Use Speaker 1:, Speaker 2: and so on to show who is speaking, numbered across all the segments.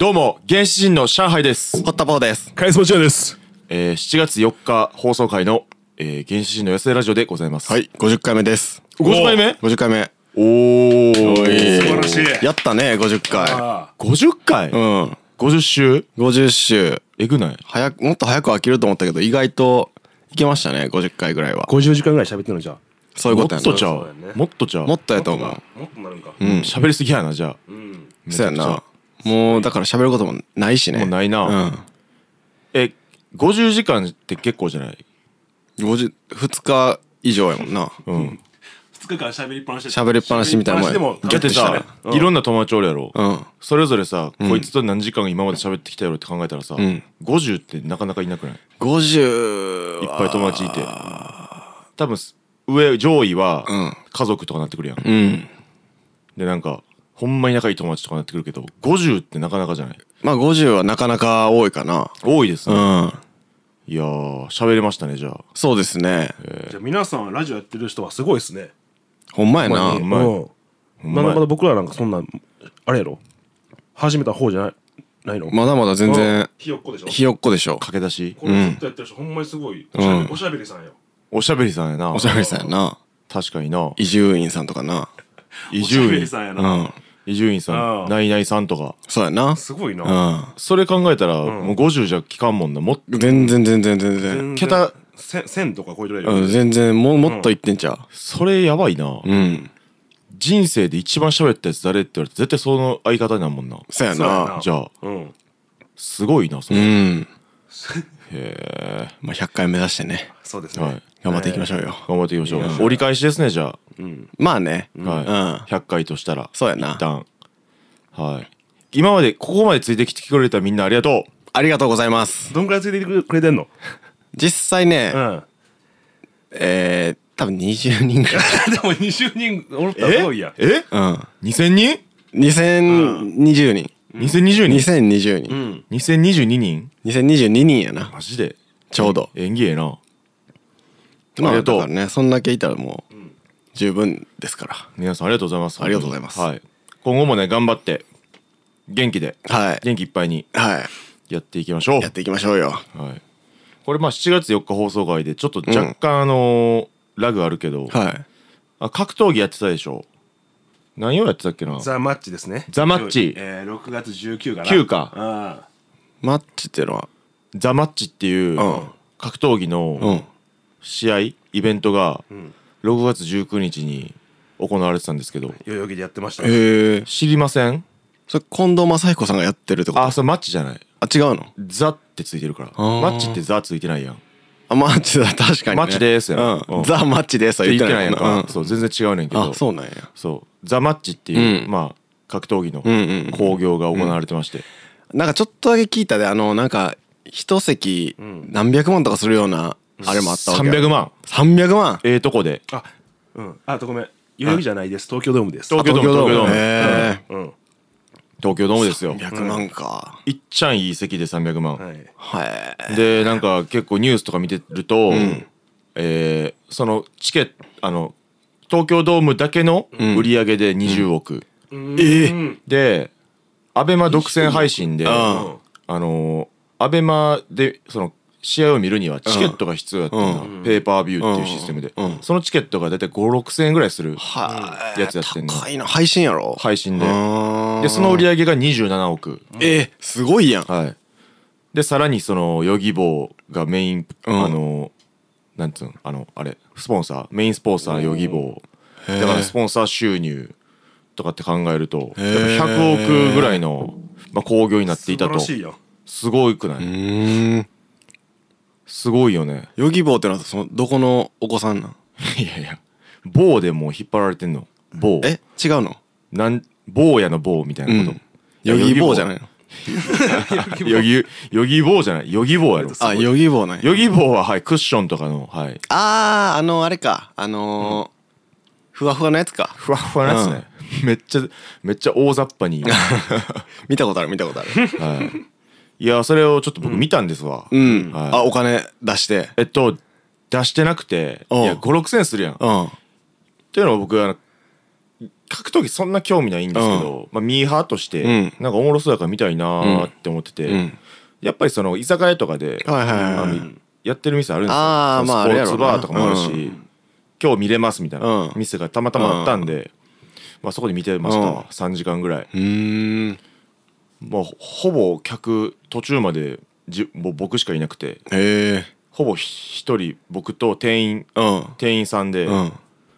Speaker 1: どうも原始人の上海です。
Speaker 2: ホッタポーです。
Speaker 3: カリスマチュアです。
Speaker 1: 7月4日放送回の、原始人の安田ラジオでございます。
Speaker 2: はい、50回目です。
Speaker 1: 50回目
Speaker 2: 50回目。
Speaker 1: おー
Speaker 3: 素晴らしい。
Speaker 2: やったね、50回。
Speaker 1: 50回
Speaker 2: うん
Speaker 1: 50週
Speaker 2: 50週。
Speaker 1: えぐない？
Speaker 2: もっと早く飽きると思ったけど、意外といけましたね、50回ぐらいは。
Speaker 3: 50時間ぐらい喋ってるのじゃあ。
Speaker 2: そういうことやな。
Speaker 1: もっとちゃう
Speaker 3: そうやね
Speaker 1: もっとちゃう
Speaker 2: もっとやと思う。
Speaker 3: もっとなるんか。
Speaker 1: 喋りすぎやな。じゃあ
Speaker 2: そうやな。もうだから喋ることもないしね。
Speaker 1: もうないな。50時間って結構じゃない？
Speaker 2: 2日以上やもんな。
Speaker 1: うん。
Speaker 3: 2日間喋りっぱなし。
Speaker 2: 喋りっぱなしみたいなもんや。
Speaker 3: でも
Speaker 1: だってさ、いろんな友達おるやろ。
Speaker 2: うん。
Speaker 1: それぞれさ、こいつと何時間今まで喋ってきたやろって考えたらさ、50ってなかなかいなくない？
Speaker 2: 50
Speaker 1: いっぱい友達いて、多分上位は家族とかなってくるやん。
Speaker 2: うん
Speaker 1: でなんかほんまに仲いい友達とかなってくるけど、50ってなかなかじゃない？
Speaker 2: まあ50はなかなか多いかな。
Speaker 1: 多いですね。
Speaker 2: うん。
Speaker 1: いやー喋れましたね。じゃあ
Speaker 2: そうですね。
Speaker 3: じゃあ皆さんラジオやってる人はすごいですね。
Speaker 2: ほんまやな。
Speaker 1: ほんまや
Speaker 3: うん。まだまだ僕らなんかそんなあれやろ。始めた方じゃないの。
Speaker 2: まだまだ全然
Speaker 3: ひよっこでしょ。
Speaker 2: ひよっこでしょ。
Speaker 1: 駆け出し
Speaker 3: これずっとやってる人ほんまにすごい。おしゃべりさんよ。
Speaker 1: おしゃべりさんやな。
Speaker 2: おしゃべりさんやな。
Speaker 1: 確かにな。
Speaker 2: 伊集院さんとかな。
Speaker 1: 伊
Speaker 3: おしゃべ
Speaker 1: 集院
Speaker 3: りさんや
Speaker 2: う
Speaker 3: な。
Speaker 2: ん。
Speaker 1: 伊集院さん、ナイナイさんとか。
Speaker 2: そうやな。
Speaker 3: すごいな。
Speaker 1: それ考えたらもう50じゃ効かんもんな。もっと
Speaker 2: 全然。
Speaker 1: 桁
Speaker 3: 1000とか超えてる
Speaker 2: 全然もっと言ってんちゃう。
Speaker 1: それやばいな。
Speaker 2: うん。
Speaker 1: 人生で一番喋ったやつ誰って言われて絶対その相方になんもんな。
Speaker 2: そうや
Speaker 3: そうや
Speaker 2: な
Speaker 3: な。
Speaker 1: じゃあ
Speaker 3: うん。
Speaker 1: すごいなそれ。
Speaker 2: うん。
Speaker 1: へ
Speaker 2: まあ100回目指してね。
Speaker 1: え。は
Speaker 3: そうですね。
Speaker 1: い。
Speaker 2: 頑張っていきましょうよ。
Speaker 1: 頑張っていきましょう。折り返しですねじゃあ。
Speaker 2: まあね。
Speaker 1: はい。100回としたら。
Speaker 2: そうやな
Speaker 1: 一旦。はい。今までここまでついてきてくれたみんなありがとう。
Speaker 2: ありがとうございます。
Speaker 3: どんくらいついてきてくれてんの？
Speaker 2: 実際ね
Speaker 3: う、ん。
Speaker 2: 多分20人ぐらい。
Speaker 3: でも20人おったらすごいや。
Speaker 1: え
Speaker 2: うん。
Speaker 1: 2000人
Speaker 2: 2020人。
Speaker 1: 2020人
Speaker 2: 2020人。
Speaker 1: 2022人
Speaker 2: 2022人やな。
Speaker 1: マジで
Speaker 2: ちょうど。
Speaker 1: 演技ええな。
Speaker 2: まあ
Speaker 1: ありがとう
Speaker 2: だからね、そんだけいたらもう十分ですから。
Speaker 1: 皆さんありがとうございます。
Speaker 2: ありがとうございます
Speaker 1: はい。今後もね頑張って元気で
Speaker 2: はい。
Speaker 1: 元気いっぱいに
Speaker 2: は
Speaker 1: やっていきましょう。
Speaker 2: い。やっていきましょうよ。
Speaker 1: はい。これまあ7月4日放送回でちょっと若干ラグあるけど、
Speaker 2: はい。
Speaker 1: 格闘技やってたでしょ。何をやってたっけな。
Speaker 3: ザ・マッチですね。
Speaker 1: ザマッチ
Speaker 3: 6月19かな。
Speaker 1: 9か。
Speaker 3: あ
Speaker 2: マッチっていうのは、
Speaker 1: ザマッチっていう格闘技
Speaker 2: う
Speaker 1: の
Speaker 2: ん。
Speaker 1: 試合イベントが6月19日に行われてたんですけど、
Speaker 3: 代々木でやってました。
Speaker 2: へえ。
Speaker 1: 知りません？
Speaker 2: それ近藤正彦さんがやってるってこと？
Speaker 1: あ、それマッチじゃない。
Speaker 2: あ、違うの？
Speaker 1: ザってついてるから。
Speaker 2: ー
Speaker 1: マッチってザついてないやん。
Speaker 2: あ、マッチだ、確かにね。
Speaker 1: マッチですやん
Speaker 2: うん。ザ・マッチですは
Speaker 1: って言
Speaker 2: 言っな
Speaker 1: っててないいやんか。
Speaker 2: もんな。
Speaker 1: そう全然違うねんけど。
Speaker 2: あ、そうなんや。
Speaker 1: そうザ・マッチっていう、
Speaker 2: うん
Speaker 1: まあ格闘技の
Speaker 2: うんうん。
Speaker 1: 興行が行われてまして、
Speaker 2: なんかちょっとだけ聞いたで、なんか、一席何百万とかするような、あれもあったわけ。
Speaker 1: 300万
Speaker 2: 300万。
Speaker 1: ええとこで
Speaker 3: あ、うん。あとごめん。代々木じゃないです。東京ドームです。
Speaker 1: 東京ドーム東京ドーム
Speaker 2: へえ。
Speaker 3: うん。
Speaker 1: 東京ドームですよ。
Speaker 2: 100万か。
Speaker 1: いっちゃんいい席で300万、
Speaker 3: はい。
Speaker 2: はい。
Speaker 1: でなんか結構ニュースとか見てると、そのチケット東京ドームだけの売り上げで20億、でアベマ独占配信で、
Speaker 2: ん
Speaker 1: アベマでその試合を見るにはチケットが必要やったんだ、ペーパービューっていうシステムで、そのチケットが大体5、6千円ぐらいする
Speaker 2: はい。
Speaker 1: やつやってんの、
Speaker 2: 高いな。配信やろ？
Speaker 1: 配信で。
Speaker 2: あー
Speaker 1: でその売り上げが27億、
Speaker 2: すごいやん。
Speaker 1: はい。でさらにそのヨギボーがメイン、なんつうのあれスポンサーメインスポンサーヨギボーだからスポンサー収入とかって考えるとやっぱ100億ぐらいの、まあ、興行になっていたと。
Speaker 3: 素晴らしいやん。
Speaker 1: すごいくない？すごいよね。
Speaker 2: ヨギボーってのはどこのお子さんなん？
Speaker 1: いやいや棒でもう引っ張られてんの。棒
Speaker 2: 違うの？
Speaker 1: 坊やの棒みたいなこと、
Speaker 2: ヨギボーじゃないの？
Speaker 1: ヨギボーじゃないヨギボーやろ。
Speaker 2: あ、ヨギボーなんや。
Speaker 1: ヨギボーははいクッションとかのはい
Speaker 2: あれか。ふわふわのやつか。
Speaker 1: ふわふわなやつね、めっちゃ大雑把に
Speaker 2: 見たことある。
Speaker 1: はいいやそれをちょっと僕見たんですわ、
Speaker 2: うん。
Speaker 1: はい
Speaker 2: あ、お金出して。
Speaker 1: 出してなくてい
Speaker 2: うん
Speaker 1: や5、6千するやんっ
Speaker 2: うん。
Speaker 1: ていうのを僕格闘技そんな興味ないんですけど、まあ、ミーハーとして
Speaker 2: うん
Speaker 1: なんかおもろそうだから見たいなーって思ってて、
Speaker 2: うん
Speaker 1: やっぱりその居酒屋とかで、
Speaker 2: はいはいはい
Speaker 1: あのやってる店あるんですよ。
Speaker 2: あー
Speaker 1: その
Speaker 2: まああるやろな
Speaker 1: スポーツバーとかもあるし、今日見れますみたいな
Speaker 2: うん
Speaker 1: 店がたまたまあったんで、まあ、そこで見てました、
Speaker 2: うん
Speaker 1: 3時間ぐらい。もうほぼ客途中までもう僕しかいなくて、
Speaker 2: へえ
Speaker 1: ほぼ一人僕と店員さんで
Speaker 2: うん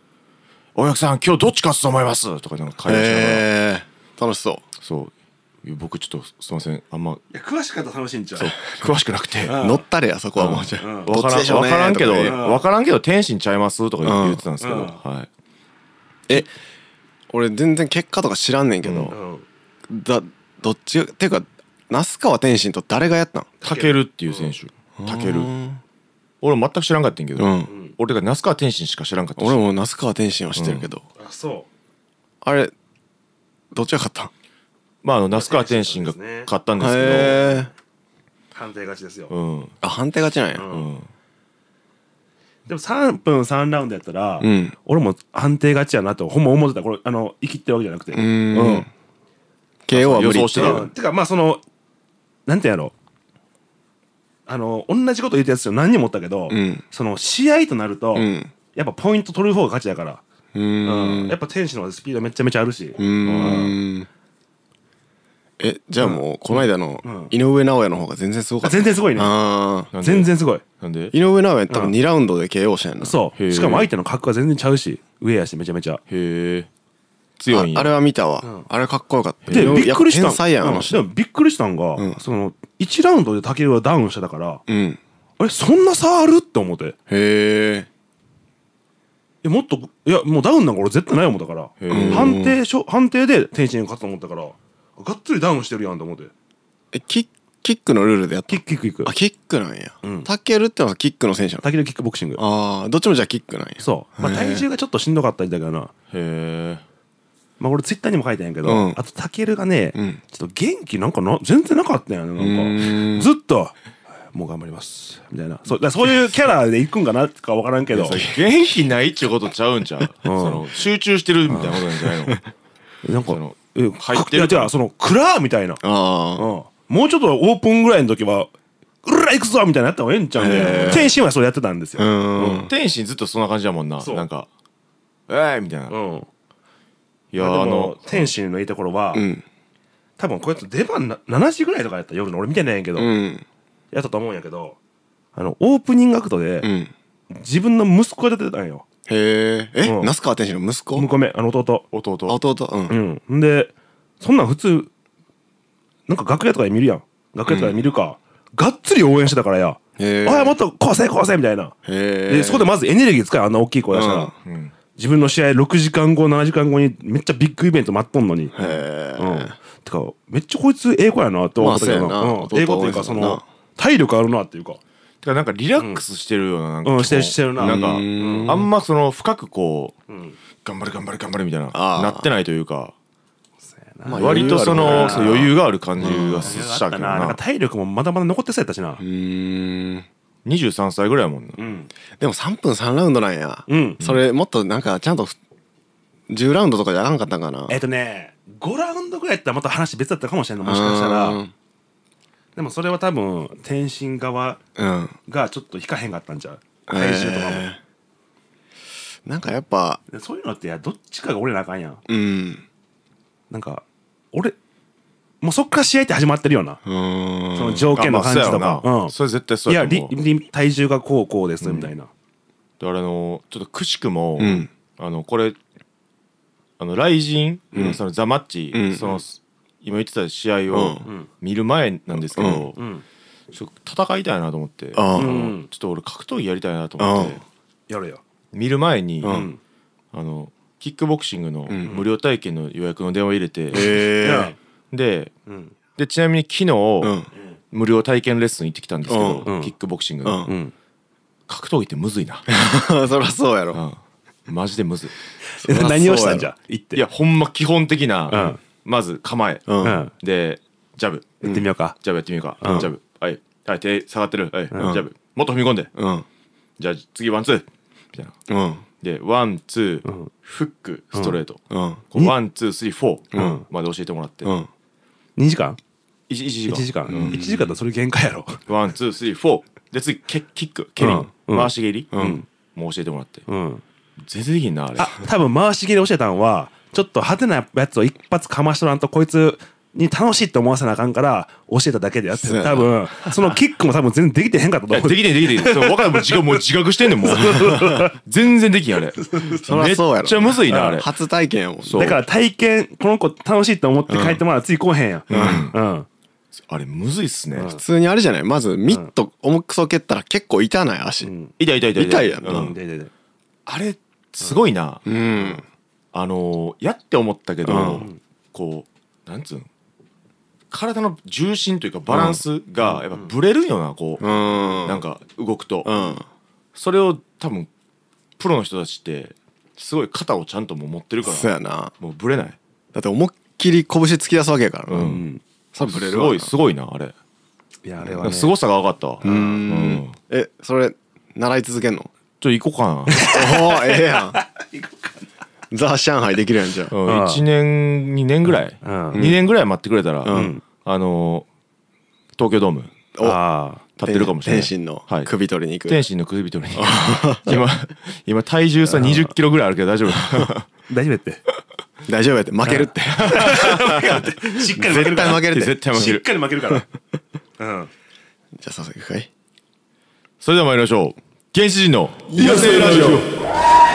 Speaker 1: 「お客さん今日どっち勝つと思います?」とかなんか会話しながら、
Speaker 2: へえ楽しそう
Speaker 1: そういや僕ちょっとすいませんあんま
Speaker 3: いや詳しかったら楽しいんちゃう。
Speaker 1: そう詳しくなくて
Speaker 2: 乗ったれやそこはもうじゃあ
Speaker 3: うん
Speaker 2: どっちでしょうね
Speaker 1: わからんけど
Speaker 2: とかね
Speaker 1: わからんけど天心ちゃいますとか言ってたんですけど、
Speaker 3: うん
Speaker 1: はい
Speaker 2: 俺全然結果とか知らんねんけ
Speaker 3: う
Speaker 2: ど
Speaker 3: ん
Speaker 2: どっちっていうか那須川天心と誰がやったん
Speaker 1: タケルっていう選手タケル俺全く知らんかったんけど、
Speaker 2: うん
Speaker 1: 俺が那須川天心しか知らんかったし
Speaker 2: 俺も那須川天心は知ってるけど
Speaker 3: あそ
Speaker 2: あれどっちが勝ったん
Speaker 1: まあ那須川天心が勝ったんですけど、
Speaker 2: へえ
Speaker 3: う判定勝ちですよ。
Speaker 1: うん
Speaker 2: あ判定勝ちなんや
Speaker 1: うん
Speaker 3: でも3分3ラウンドやったら、
Speaker 2: うん
Speaker 3: 俺も判定勝ちやなとほんま思ってた。これ生きってるわけじゃなくて。
Speaker 2: うーん KO は無理
Speaker 1: 予想してた
Speaker 3: うんてかまあなんてやろ同じこと言ってやつよ何人もおったけど、
Speaker 2: うん
Speaker 3: 試合となると、
Speaker 2: うん
Speaker 3: やっぱポイント取る方が勝ちやから、
Speaker 2: うーん
Speaker 3: やっぱ天使の方がスピードめちゃめちゃあるし、
Speaker 2: うーんじゃあもうこの間の井上尚弥の方が全然すごかった
Speaker 3: 全然すごいね。
Speaker 2: あ
Speaker 1: なんで
Speaker 3: 全然すごい。
Speaker 1: なんで
Speaker 2: 井上尚弥多分2ラウンドで KO したんやな
Speaker 3: そう。
Speaker 1: へー
Speaker 3: しかも相手の格好が全然ちゃうし、上やしめちゃめちゃ。
Speaker 1: へえ強いんや
Speaker 2: あれは見たわあれかっこよかった
Speaker 3: でびっくりした
Speaker 2: やっぱ天才やんあの
Speaker 3: で
Speaker 2: 人
Speaker 3: もびっくりしたんが、1ラウンドでタケルはダウンしてたから、
Speaker 2: うん
Speaker 3: あれそんな差あるって思って。
Speaker 2: へえ
Speaker 3: もっといやもうダウンなんか俺絶対ない思ったから、
Speaker 1: へー
Speaker 3: 判定で天心に勝つと思ったから、がっつりダウンしてるやんと思って。
Speaker 2: キックのルールでやった
Speaker 3: キック。
Speaker 2: あキックなんや
Speaker 3: うん
Speaker 2: タケルってのはキックの選手なの
Speaker 3: タケルキックボクシング。
Speaker 2: ああどっちもじゃあキックなんや
Speaker 3: そう。まあ体重がちょっとしんどかったりだけどな。
Speaker 1: へえ
Speaker 3: まあ俺ツイッターにも書いたんやけど、
Speaker 2: うん
Speaker 3: あとタケルがね、
Speaker 2: ん
Speaker 3: ちょっと元気なんか全然なかったんやね。なんかずっともう頑張りますみたいな。そういうキャラで行くんかなってか分からんけど。
Speaker 1: 元気ないっていうことちゃうんちゃう、その集中してるみたいなことなんじゃないの
Speaker 3: なんか
Speaker 1: その
Speaker 3: 入
Speaker 1: 入ってる
Speaker 3: いや違うクラーみたいな。
Speaker 2: ああ
Speaker 3: もうちょっとオープンぐらいの時はうら行くぞみたいなやった方がええんちゃうんで、天心はそれやってたんですよ。
Speaker 1: 天心ずっとそんな感じだもんな。
Speaker 3: そう
Speaker 1: なんか「えい!」みたいな。いや
Speaker 3: でも天心のいいところは、多分こうやって出番7時ぐらいとかやった夜の俺見てないんやけど、やったと思うんやけどオープニングアクトで、自分の息子が出てたんよ。
Speaker 2: へえ
Speaker 3: うん
Speaker 2: 那須川天心の息子
Speaker 3: 向こう目弟。
Speaker 1: 弟
Speaker 2: うん
Speaker 3: んでそんなん普通なんか楽屋とかで見るやん。楽屋とかで見るか、がっつり応援してたからや。
Speaker 2: へえ
Speaker 3: おいもっとこうせみたいな。
Speaker 2: へえ
Speaker 3: でそこでまずエネルギー使うあんな大きい声出したら、
Speaker 1: うん
Speaker 3: 自分の試合6時間後7時間後にめっちゃビッグイベント待っとんのに。
Speaker 2: へ
Speaker 3: てかめっちゃこいつ英語やなって思ったけどな、
Speaker 2: まあそうやな弟
Speaker 3: 英語っていうか
Speaker 2: 多いもんな
Speaker 3: 体力あるなっていうか。
Speaker 1: てかなんかリラックスしてるようななんか
Speaker 3: うんしてるな
Speaker 1: なんか
Speaker 2: うん
Speaker 1: あんまその深くこう頑張れみたいな
Speaker 2: あー
Speaker 1: なってないというか
Speaker 2: まあ
Speaker 1: 割とそ
Speaker 2: 余裕ある
Speaker 1: のそう余裕がある感じがしたけど
Speaker 3: なんか
Speaker 1: な。
Speaker 3: 体力もまだまだ残ってそうやったしな。
Speaker 1: 23歳ぐらいやもんな。
Speaker 2: でも3分3ラウンドなんや
Speaker 3: うん
Speaker 2: それもっとなんかちゃんと10ラウンドとかじゃあかんかったんかな
Speaker 3: 5ラウンドぐらいやったらまた話別だったかもしれないもしかしたら。でもそれは多分天心側
Speaker 2: うん
Speaker 3: がちょっと引かへんかったんちゃう体重とかも、
Speaker 2: なんかやっぱ
Speaker 3: でそういうのってどっちかが折れなあかんやん。なんか俺もうそっから試合って始まってるような、その条件の感じとか、
Speaker 1: それ絶対そう
Speaker 3: いや
Speaker 1: やと思う。
Speaker 3: 体重がこうですみたいな。
Speaker 1: だからちょっとくしくも
Speaker 2: ん
Speaker 1: これ雷神そのザ・マッチその今言ってた試合を見る前なんですけどちょっと戦いたいなと思ってちょっと俺格闘技やりたいなと思って
Speaker 3: やるよ。
Speaker 1: 見る前にキックボクシングの無料体験の予約の電話入れてでちなみに昨日無料体験レッスン行ってきたんですけどキックボクシングの格闘技ってむずいな。
Speaker 2: そりゃそうやろ
Speaker 1: マジでむずい。
Speaker 3: 何をしたんじゃ行って
Speaker 1: いやほんま基本的なまず構えでジャブ
Speaker 3: やってみようか。
Speaker 1: ジャブやってみようかジャブはい手下がってるはいジャブもっと踏み込んでじゃあ次ワンツーみたいなでワンツーフックストレート、
Speaker 2: うん
Speaker 1: こうワンツースリーフォーまで教えてもらって、
Speaker 2: うん
Speaker 3: 2時間
Speaker 1: 1時間
Speaker 3: 1時間1時間だとそれ限界やろ。
Speaker 1: ワンツースリーフォーで次キックケビン、
Speaker 3: うん
Speaker 1: 回し蹴り、もう教えてもらって、全然できんなあれ。
Speaker 3: 多分回し蹴り教えたんはちょっと派手なやつを一発かましとらんとこいつに楽しいって思わせなあかんから教えただけでやって多分そのキックも多分全然できてへんかったと思う。
Speaker 1: できてんそう分かるもう自覚してんねんもう全然できんあれ。
Speaker 2: そりゃそうやろ。
Speaker 1: めっちゃむずいなあれ。
Speaker 2: 初体験やもん。
Speaker 3: だから体験この子楽しいと思って帰ってもらうついこうへんやん。
Speaker 1: あれむずいっすね。
Speaker 2: 普通にあれじゃない。まずミット重くそ蹴ったら結構痛ない足。
Speaker 1: 痛い
Speaker 2: 痛いやんな。
Speaker 1: あれすごいな。やって思ったけどこうなんつうの体の重心というかバランスがやっぱブレるよなこうなんか動くとそれを多分プロの人たちってすごい肩をちゃんともう持ってるから
Speaker 2: そうやな。
Speaker 1: もうブレない。
Speaker 2: だって思いっきり拳突き出すわけやからな。それブレるわ。
Speaker 1: すごいなあれ。
Speaker 3: いやあれはね
Speaker 1: すごさが分かったわ。
Speaker 2: それ習い続けんの？
Speaker 1: 行こうかな。
Speaker 2: おおええやん。ザ・上海できるやんじゃん。
Speaker 1: 1年2年ぐらい2年ぐらい待ってくれたら東京ドーム立ってるかもしれない。
Speaker 2: 天心の首取りに行く。
Speaker 1: 天心の首取りに行く。今体重さ20キロぐらいあるけど大丈夫？
Speaker 3: 大丈夫やって。
Speaker 2: 大丈夫やって。負けるって。
Speaker 3: しっかり負けるから。
Speaker 2: 絶対負けるって。
Speaker 1: 絶対負ける。
Speaker 3: しっかり負けるから。
Speaker 2: じゃあ早速行くかい。
Speaker 1: それでは参りましょう。原始人の野生ラジオ。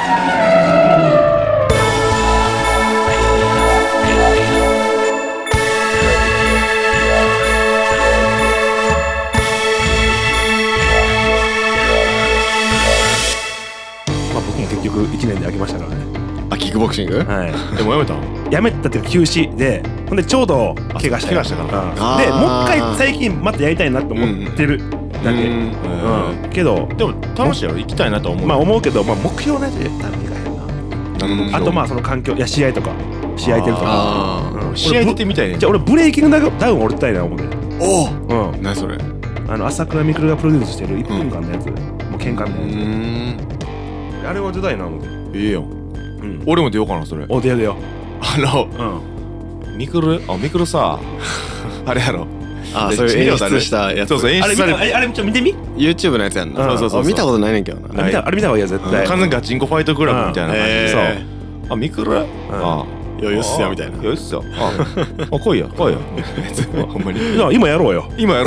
Speaker 3: 結局1年で飽きましたからね。
Speaker 2: キックボクシング？
Speaker 3: はい。
Speaker 1: でもやめた？
Speaker 3: やめたっていうか休止で、ほんでちょうど怪我したからでもう一回最近またやりたいなと思ってるだけ。けど
Speaker 1: でも楽しいやろ。行きたいなと思う。
Speaker 3: まあ思うけど、目標ないと多分いかへんな。あとまあその環境や試合とか試合出るとか
Speaker 1: 試合出てみたいね。
Speaker 3: じゃあ俺ブレイキングダウン降りたいな思うね。
Speaker 2: おお。何それ？
Speaker 3: 朝倉未来がプロデュースしてる1分間のやつ、もう喧嘩みたいなやつ。あれは出たいな思って。
Speaker 1: いいよ。俺も出ようかなそれ。
Speaker 3: お出よ
Speaker 1: ミクルさあれやろ。
Speaker 2: そういう演出したやつ。
Speaker 1: そう演出されて。
Speaker 3: あれちょっと見てみ。
Speaker 2: YouTube のやつやんな。そう見たことないねんけどな。
Speaker 3: あれ見た方がいいや絶対。
Speaker 1: 完全ガチンコファイトクラブみたいな感じで。そう。ミクル。
Speaker 2: 余裕っすよみたいな。
Speaker 1: 余裕っすよ。来いよ。ほんまに。
Speaker 3: 今やろうよ。
Speaker 1: やろ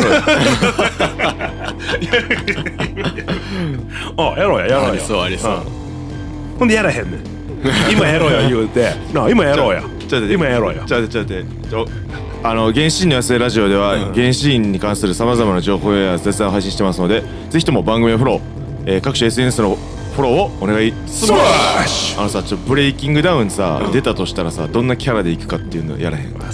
Speaker 1: うよ。
Speaker 2: ありそう。
Speaker 3: ほんでやらへんねん。今やろうよ言うて。今やろうや。今やろうよ。
Speaker 1: 原始人の野生ラジオでは原始人に関するさまざまな情報や絶賛を配信してますので、ぜひとも番組のフォロー、各種 SNS のフォローをお願いします。さブレイキングダウンさ出たとしたらさどんなキャラでいくかっていうのやらへん。考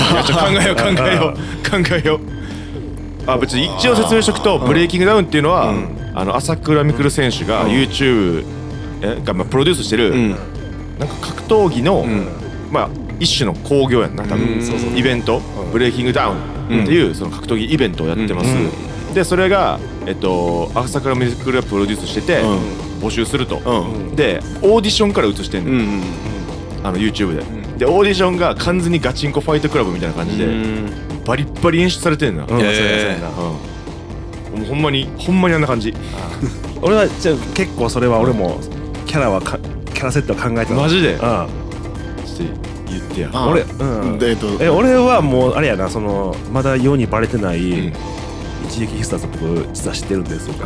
Speaker 1: えよう。別に一応説明しとくとブレイキングダウンっていうのは朝倉未来選手が YouTube がプロデュースしてるなんか格闘技のまあ一種の興行やんな多分イベントブレイキングダウンっていうその格闘技イベントをやってます。でそれが朝倉未来がプロデュースしてて募集すると。でオーディションから移してんのYouTube でオーディションが完全にガチンコファイトクラブみたいな感じでバリッバリ演出されてんな。もうほんまにあんな感じ。
Speaker 3: 俺は結構それは俺もキャラセットは考えてた。
Speaker 1: マジで言ってや。
Speaker 3: 俺はもうあれやな、そのまだ世にバレてない一撃必殺僕実は知ってるんですよ。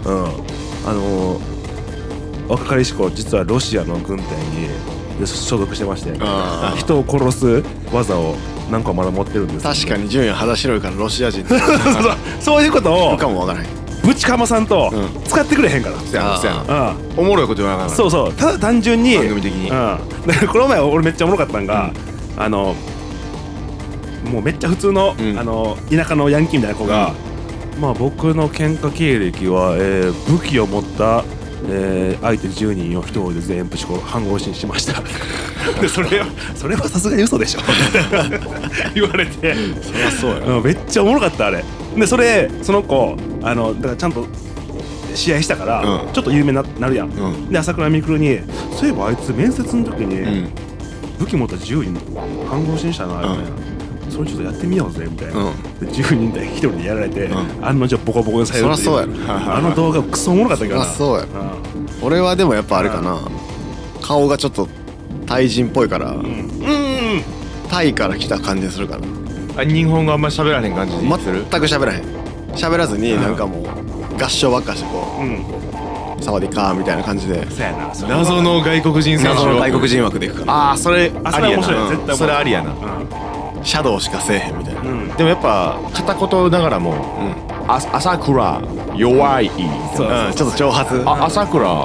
Speaker 3: 若かりし頃実はロシアの軍隊に所属してまして、人を殺す技を何個まだ持ってるんです。
Speaker 2: 確かに純也肌白いからロシア人
Speaker 3: そういうことを
Speaker 2: かもわからない。
Speaker 3: ぶちかまさんと使ってくれへんから。
Speaker 1: おもろいこと言わなかった。
Speaker 3: そうただ単純に
Speaker 1: 番組的に。
Speaker 3: だからこの前俺めっちゃおもろかったんがもうめっちゃ普通の田舎のヤンキーみたいな子がまあ僕の喧嘩経歴は武器を持った相手10人を一人で全部半殺しにしましたでそれはさすがに嘘でしょ言われて。
Speaker 2: そりゃそうや。
Speaker 3: めっちゃおもろかったあれで。その子だからちゃんと試合したから、
Speaker 2: うん
Speaker 3: ちょっと有名になるやん、
Speaker 2: ん
Speaker 3: で朝倉未来にそういえばあいつ面接の時に、
Speaker 2: うん
Speaker 3: 武器持った10人看護師にしたなみたいな、それちょっとやってみようぜみたいな、で10人で一人でやられて、案の定ボコボコにされるっていう。
Speaker 2: そらそうや
Speaker 3: あの動画クソおもろかったけどな。
Speaker 2: そうや俺はでもやっぱあれかな顔がちょっとタイ人っぽいからタイから来た感じするから
Speaker 1: 日本語あんまり喋らへん感じにする
Speaker 2: 全く喋らへん喋らずになんかもう合唱ばっかしてこうサワディカーみたいな感じで
Speaker 3: そうやな。
Speaker 1: 謎の外国人選手
Speaker 2: 謎の外国人枠でいくから
Speaker 1: ああそれ
Speaker 3: あそれ面白い
Speaker 1: ありやな
Speaker 3: 絶対面白い
Speaker 1: それありやな
Speaker 2: シャドウしかせえへんみたいな
Speaker 1: でもやっぱ片言ながらも朝倉弱い
Speaker 3: そう
Speaker 2: ちょっと挑発
Speaker 1: 朝倉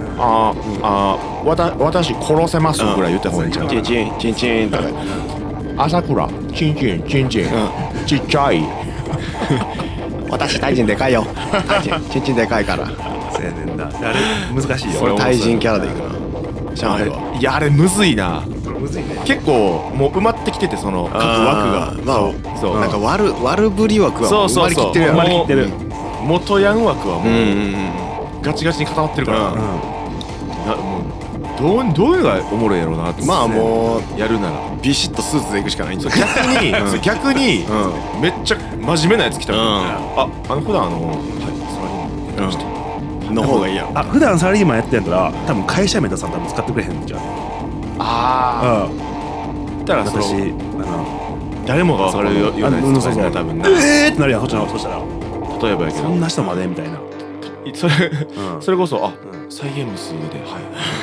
Speaker 1: 私殺せますぐらい言った方がいいんちゃう
Speaker 2: チンチンチンチンとか
Speaker 1: 朝倉チンチンチンチンちっちゃい
Speaker 2: 私タイ人でかいよタイ人チンチンでかいから
Speaker 3: そうやねんな。あれ難しいよ。
Speaker 2: 俺タイ人キャラでいくな上海はい
Speaker 1: やあれむずいな
Speaker 3: むずいね。
Speaker 1: 結構もう埋まってきててその各枠が
Speaker 2: まあ
Speaker 1: そう
Speaker 2: なんか悪ぶり枠は
Speaker 1: そうそうそう
Speaker 2: 埋まりきってるやろ
Speaker 3: 埋まりきってる。
Speaker 1: 元ヤン枠はもうガチガチに固まってるから
Speaker 2: うん
Speaker 1: もうどういうのがおもろいやろうなって
Speaker 2: まあもう
Speaker 1: やるなら
Speaker 2: ビシッとスーツでいくしかないんじゃ
Speaker 1: 逆にめっちゃ真面目なやつ来たら
Speaker 2: うん
Speaker 1: 普段はいサラリーマンやってまして
Speaker 2: の方がいいやろ
Speaker 3: 普段サラリーマンやってんやったら多分会社名出さん多分使ってくれへんじゃん。
Speaker 1: あだから
Speaker 3: 私
Speaker 1: 誰もが分かるようなやつとかやな多分な
Speaker 3: ってなるやんそしたら
Speaker 1: 例えばやけど
Speaker 3: そんな人までみたいな。
Speaker 1: それこそサイ・ゲームスではい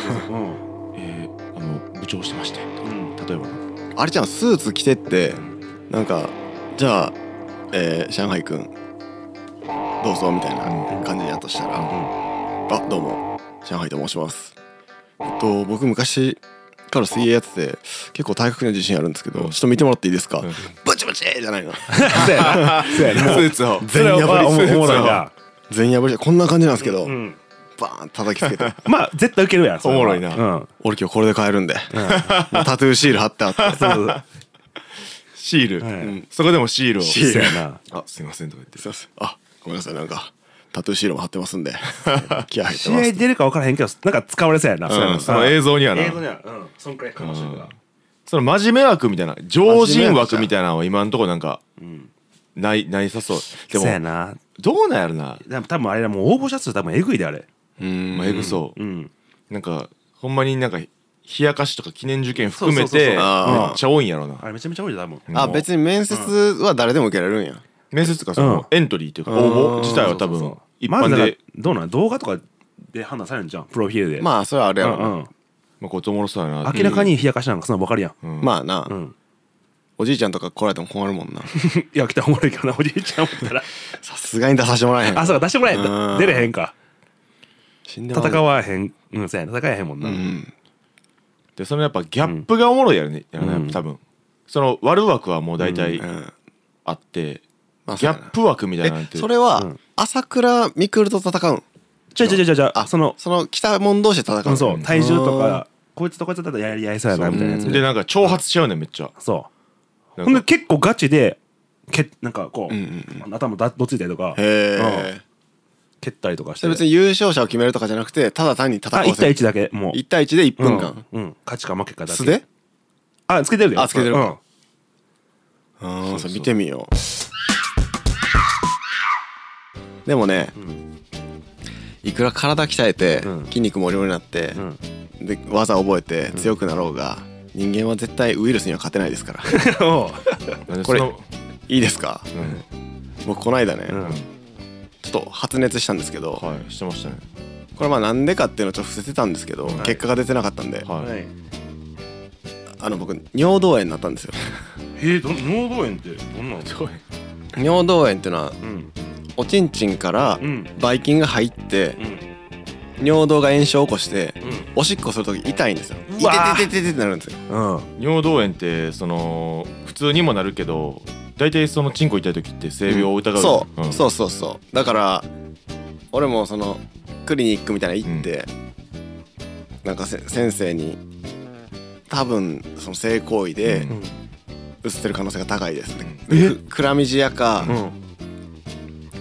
Speaker 1: 部長してまして例えば
Speaker 2: あれじゃんスーツ着てってなんかじゃあ上海くんどうぞみたいな感じやとしたらあどうも上海と申します僕昔から水泳やってて結構体格には自信あるんですけどちょっと見てもらっていいですかブチブチじゃないの
Speaker 3: そうやな。そうやな。
Speaker 1: スーツを
Speaker 2: 全破り
Speaker 3: おもろいな。
Speaker 2: 全破りしてこんな感じなんですけどバーン叩きつけて
Speaker 3: まあ絶対ウケるやん。それは
Speaker 1: おもろいな
Speaker 2: 俺今日これで帰るんでもうタトゥーシール貼ってあって
Speaker 1: シールそこでもシールを
Speaker 2: シール
Speaker 3: やな。
Speaker 1: すいませんとか言って
Speaker 2: すいませんごめんなさいなんかタトゥーシールも貼ってますんで気合入って
Speaker 3: 試
Speaker 2: ます
Speaker 3: 合出るか分からへんけどなんか使われそうやな。
Speaker 1: その映像にはな
Speaker 3: 映像にはそんくらいかもしれない。
Speaker 1: その真面目枠みたいな常人枠みたいなのは今んとこなんかないさそうで
Speaker 3: そうや
Speaker 1: も
Speaker 3: な。
Speaker 1: どうなんやろな
Speaker 3: 多分あれらもう応募者数多分えぐいであれ。
Speaker 1: エグそう
Speaker 3: うん。
Speaker 1: なんかほんまになんか冷やかしとか記念受験含め
Speaker 3: そうそうそう
Speaker 1: てめ
Speaker 3: そう
Speaker 1: っちゃ多いんやろな
Speaker 3: あれめちゃめちゃ多いで多分。
Speaker 2: 別に面接は誰でも受けられるんや
Speaker 1: 面接とかそのエントリーっていうか応募自体は多分一
Speaker 3: まずだから
Speaker 1: 般で
Speaker 3: どうなん動画とかで判断されるんじゃんプロフィールで。
Speaker 2: まあそれはあれやろな
Speaker 1: まあこいつおもろそうやなって
Speaker 3: 明らかに冷やかしなんかそんなの分かるやん。
Speaker 2: まあな
Speaker 3: うん。
Speaker 2: おじいちゃんとか来られても困るもんな
Speaker 3: いや来たらおもろいけどなおじいちゃんおったら。
Speaker 2: さすがに出させてもらえへん
Speaker 3: あそうか出してもらえへん
Speaker 2: うん
Speaker 3: 出れへんか。
Speaker 2: 死んでまう
Speaker 3: 戦わへんそうやな戦えへんもんな。
Speaker 1: でそのやっぱギャップがおもろいやろね
Speaker 3: うん
Speaker 1: 多分その悪枠はもう大体
Speaker 2: うん
Speaker 1: あって
Speaker 2: まあ
Speaker 1: ギャップ枠みたいなのって
Speaker 2: それは朝倉未来と戦うん
Speaker 3: じゃあその
Speaker 2: 来た者同士で戦う
Speaker 3: そう体重とかこいつとこいつだったらやりそうやなみたいなやつで。
Speaker 1: でなんか挑発しちゃうねんめっちゃ
Speaker 3: そう。
Speaker 1: なんか
Speaker 3: ほんで結構ガチでなんかこう頭どついたりとか
Speaker 2: へえ
Speaker 3: 蹴ったりとかして。
Speaker 2: それ別に優勝者を決めるとかじゃなくてただ単に戦わせる
Speaker 3: 1対1だけもう
Speaker 2: 1対1で1分間
Speaker 3: 勝ちか負けかだけ。
Speaker 2: 素で
Speaker 3: つけてるで。
Speaker 2: つけてるか
Speaker 3: うん
Speaker 2: それ見てみようでもねいくら体鍛えて筋肉もりもりになってで技覚えて強くなろうが人間は絶対ウイルスには勝てないですから
Speaker 3: おう
Speaker 2: これ
Speaker 1: なんでその
Speaker 2: いいですか僕この間ね
Speaker 3: ん
Speaker 2: ちょっと発熱したんですけど
Speaker 1: はいしてましたね
Speaker 2: これまあなんでかっていうのをちょっと伏せてたんですけど結果が出てなかったんで
Speaker 1: はい
Speaker 2: 僕尿道炎になったんですよ
Speaker 3: 尿道炎ってどんなんですか。
Speaker 2: 尿道炎っていうのは
Speaker 3: うん
Speaker 2: おちんちんから
Speaker 3: うん
Speaker 2: ばい菌が入って尿道が炎症を起こしておしっこするとき痛いんですよ
Speaker 3: うわー
Speaker 2: 痛ててててってなるんですよ
Speaker 1: 尿道炎ってその普通にもなるけど大体そのチンコ痛い時って性病を疑う
Speaker 2: そうだから俺もそのクリニックみたいなの行ってなんか先生に多分その性行為で移ってる可能性が高いですねクラミジアか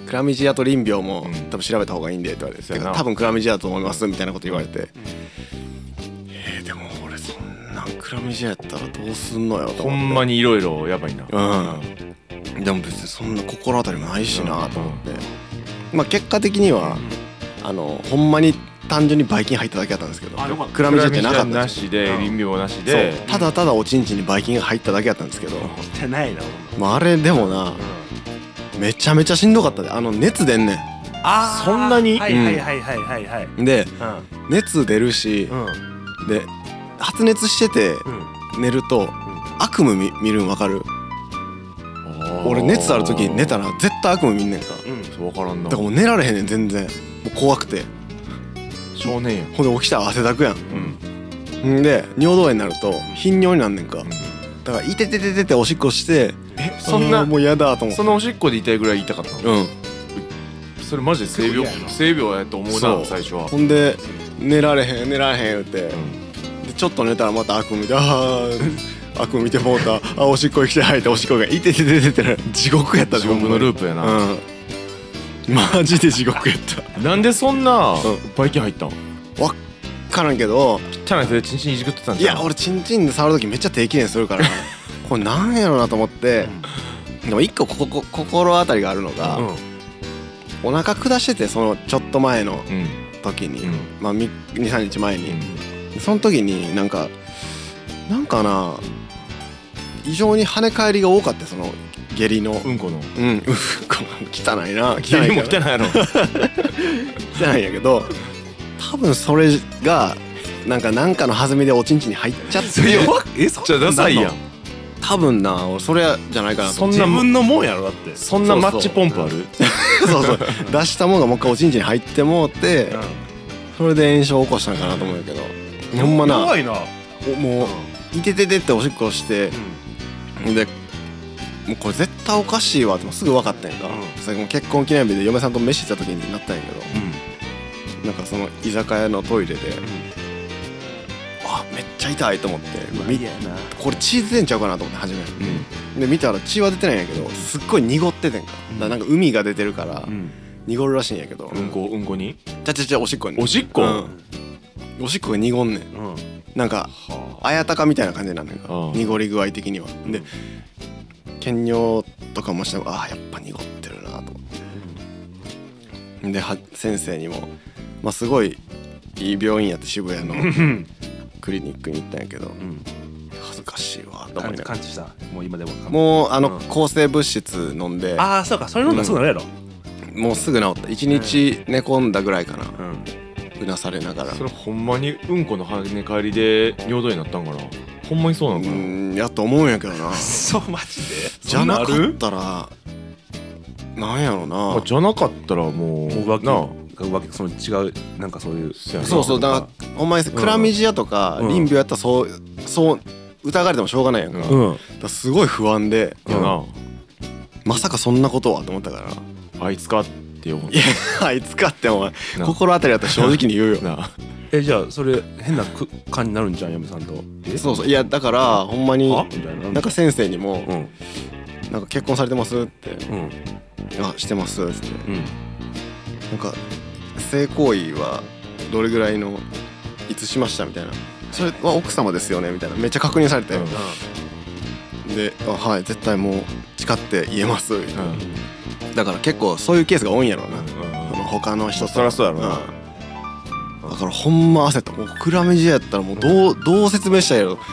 Speaker 2: クラミジアと淋病も多分調べた方がいいんでって言われて、多分クラミジアだと思いますみたいなこと言われて、でも俺そんなんクラミジアやったらどうすんのよと思って。
Speaker 1: ほんまにいろいろやばいな。
Speaker 2: でも別にそんな心当たりもないしなと思って、まあ結果的にはほんまに単純にばい菌入っただけだったんですけど、クラミジアってなかった
Speaker 1: なしで淋病なしで、
Speaker 2: ただただおちんちんにばい菌が入っただけだったんですけど、
Speaker 3: 汚いな。
Speaker 2: まああれでもな、めちゃめちゃしんどかったで。熱出んねん。
Speaker 1: そんなに。
Speaker 3: はいはいはいはいはいはい。
Speaker 2: で熱出るし、で発熱してて寝ると悪夢見るん分かる？俺熱ある時寝たら絶対悪夢見んねんか。
Speaker 1: 分からんな。
Speaker 2: だからもう寝られへんねん全然。もう怖くて。
Speaker 1: 少年やん。
Speaker 2: ほんで起きたら汗だくやん。で尿道炎になると頻尿になんねんか。だからいててててておしっこして、
Speaker 1: そんな
Speaker 2: もう嫌だと思って。
Speaker 1: そのおしっこで痛いぐらい痛かったの？それマジで性病やと思うな最初は。ほ
Speaker 2: んで寝られへん言って、でちょっと寝たらまた悪夢見て、悪夢見てもうた、おしっこ行きて吐いておしっこがいててててて地獄やった。
Speaker 1: 地獄のループやな。
Speaker 2: マジで地獄やった。
Speaker 1: なんでそんなばい菌入ったん？
Speaker 2: わっからんけど、
Speaker 1: 汚い手でチンチンいじくってたんじゃん。
Speaker 2: いや俺チンチンで触る時めっちゃ手きれいにするからこれなんやろなと思って、でも一個心当たりがあるのが、お腹下してて、そのちょっと前の時に、まあ 2,3 日前に、その時になんかな、異常に跳ね返りが多かった。その下痢の
Speaker 1: うんこの
Speaker 2: 汚いな。
Speaker 1: 下痢も汚いやろ。
Speaker 2: 汚いんやけど、多分それがなんかの弾みでおちんちんに入っちゃって、
Speaker 1: じゃあダサいやん。
Speaker 2: 多分な、俺それじゃないかなと。
Speaker 3: そんな自分のもんやろ。だって
Speaker 1: そんなマッチポンプある？
Speaker 2: そう出したもんがもう一回おちんちんに入ってもうて、それで炎症を起こしたんかなと思うんやけど、ほんまな、
Speaker 3: やばいな。
Speaker 2: もういてててっておしっこして、でもうこれ絶対おかしいわってすぐ分かったんやんか。それも結婚記念日で嫁さんと飯した時になったんやけど、なんかその居酒屋のトイレで、めっちゃ痛いと思って、これ血出てんちゃうかなと思って初め、で見たら血は出てないんやけど、すっごい濁っててんか。だからなんか海が出てるから濁るらしいんやけど、
Speaker 1: うんこに？
Speaker 2: おしっこに。
Speaker 1: おしっこ？
Speaker 2: おしっこが濁んねん。なんかあやたかみたいな感じになんねんか、濁り具合的には。で検尿とかもしても、やっぱ濁ってるなと思って、で先生にも、まあすごいいい病院やって、渋谷のクリニックに行ったんやけど、恥ずかしいわと思いながら。
Speaker 3: 感知した。もう今でも
Speaker 2: もう抗生物質飲んで、
Speaker 3: そうか、それ飲んだらすぐなるやろ。
Speaker 2: もうすぐ治った。1日寝込んだぐらいかな、うなされながら。
Speaker 1: それほんまにうんこの跳ね返りで尿道になったんかな？ほんまにそうなのかな？
Speaker 2: やと思うんやけどな。
Speaker 3: そうマジで？
Speaker 2: じゃなかったらなんやろな。
Speaker 1: じゃなかったらもう
Speaker 3: 浮気その違うなんかそういう。
Speaker 2: そうだからお前クラミジアとか淋病やったらそう疑われてもしょうがないやんか。だからすごい不安で、まさかそんなことはと思ったから、
Speaker 1: あいつかって思っ
Speaker 2: て。いやあいつかってお前心当たりだったら正直に言うよな。
Speaker 3: じゃあそれ変な感じになるんじゃん、嫁さんと。
Speaker 2: そういやだからほんまになんか先生にもなんか結婚されてますって、してますって、なんか性行為はどれぐらいのいつしましたみたいな、それは奥様ですよねみたいなめっちゃ確認されて、ではい絶対もう誓って言えますみたいな。だから結構そういうケースが多いんやろうな、他の人と。
Speaker 1: そりゃそうやろな。
Speaker 2: だからほんま焦った。もうクラミジアやったらもうどう説明したらいいの？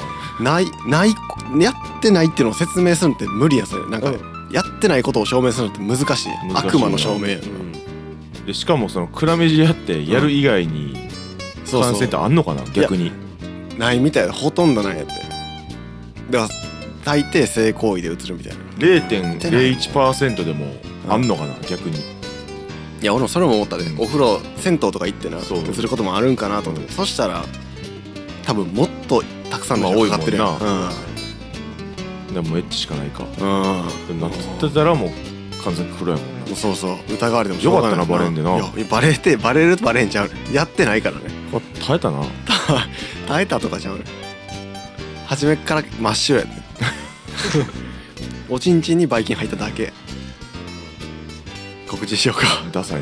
Speaker 2: やってないっていうのを説明するのって無理やそれ。なんかやってないことを証明するのって難しい。悪魔の証明やな。
Speaker 1: でしかもそのクラミジアってやる以外に感染ってあんのかな？逆に
Speaker 2: ないみたいで、ほとんどないやって。だから大抵性行為でうつるみたいな。
Speaker 1: 0.01% でもあんのかな逆に。
Speaker 2: いや俺もそれも思ったで、お風呂銭湯とか行ってなうつることもあるんかなと思って、そしたら多分もっとたくさんの人がかかってるやん。
Speaker 1: でもエッチしかないかなってたらもう完全に黒やもんな。
Speaker 2: そう疑われてもしょうがない。
Speaker 1: よかったなバレんでな。
Speaker 2: いやバレるとバレんちゃう。やってないからね。
Speaker 1: 耐えたな。
Speaker 2: 耐えたとかちゃうね。初めから真っ白やね。おちんちんにばい菌入っただけ。 告知しようか。
Speaker 1: ダサいな。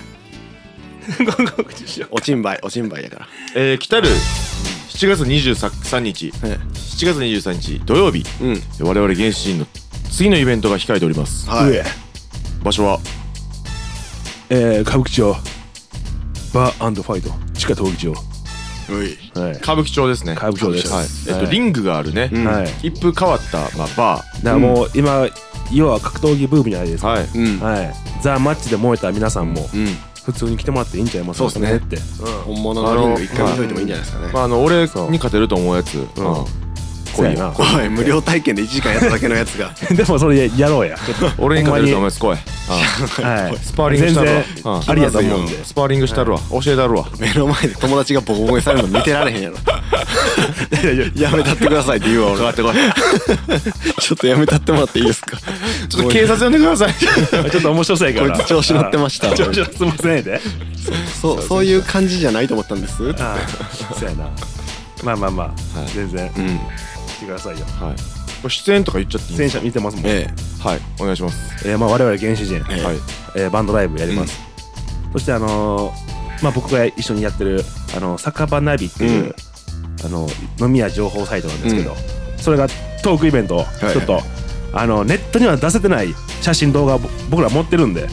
Speaker 3: 告知しよう。
Speaker 2: おちんばいやから。
Speaker 1: 来たる7月23日、7月23日土曜日、我々原始人の次のイベントが控えております。場所は
Speaker 3: 歌舞伎町バー&ファイト地下闘技場。
Speaker 1: 歌舞伎町ですね。
Speaker 3: 歌舞伎町です。
Speaker 1: リングがあるね、一風変わったバー。
Speaker 3: だからもう今要は格闘技ブームじゃないですか。ザ・マッチで燃えた皆さんも普通に来てもらっていいんちゃいますかねって。
Speaker 2: 本物のリング一回見といてもいいんじゃないですかね。
Speaker 1: 俺に勝てると思うやつ
Speaker 3: 来いな。
Speaker 2: 無料体験で1時間やっただけのやつが。
Speaker 3: でもそれやろうや。
Speaker 1: 俺に勝てると思うやつ来い。スパーリングしたるわ。
Speaker 3: ありやと思うんで
Speaker 1: スパーリングしたるわ。教えたるわ。
Speaker 2: 目の前で友達がボコボコにされるの見てられへんやろ。やめたってくださいって言うわ。
Speaker 1: かかってこい。
Speaker 2: ちょっとやめたってもらっていいですか。
Speaker 1: ちょっと警察呼んでください。
Speaker 3: ちょっと面白そうやから。
Speaker 2: こいつ調子乗ってました。
Speaker 3: 調子乗ってませんで。
Speaker 2: そういう感じじゃないと思ったんです。そう
Speaker 3: やな。まあ全然してくださいよ。
Speaker 1: 出演とか言っちゃっていい
Speaker 3: 出演者見てますもん。
Speaker 1: はいお願いします。
Speaker 3: 我々原始人バンドライブやります。そして僕が一緒にやってる酒場ナビっていう飲み屋情報サイトなんですけど、それがトークイベントをちょっとネットには出せてない写真動画を僕ら持ってるんで、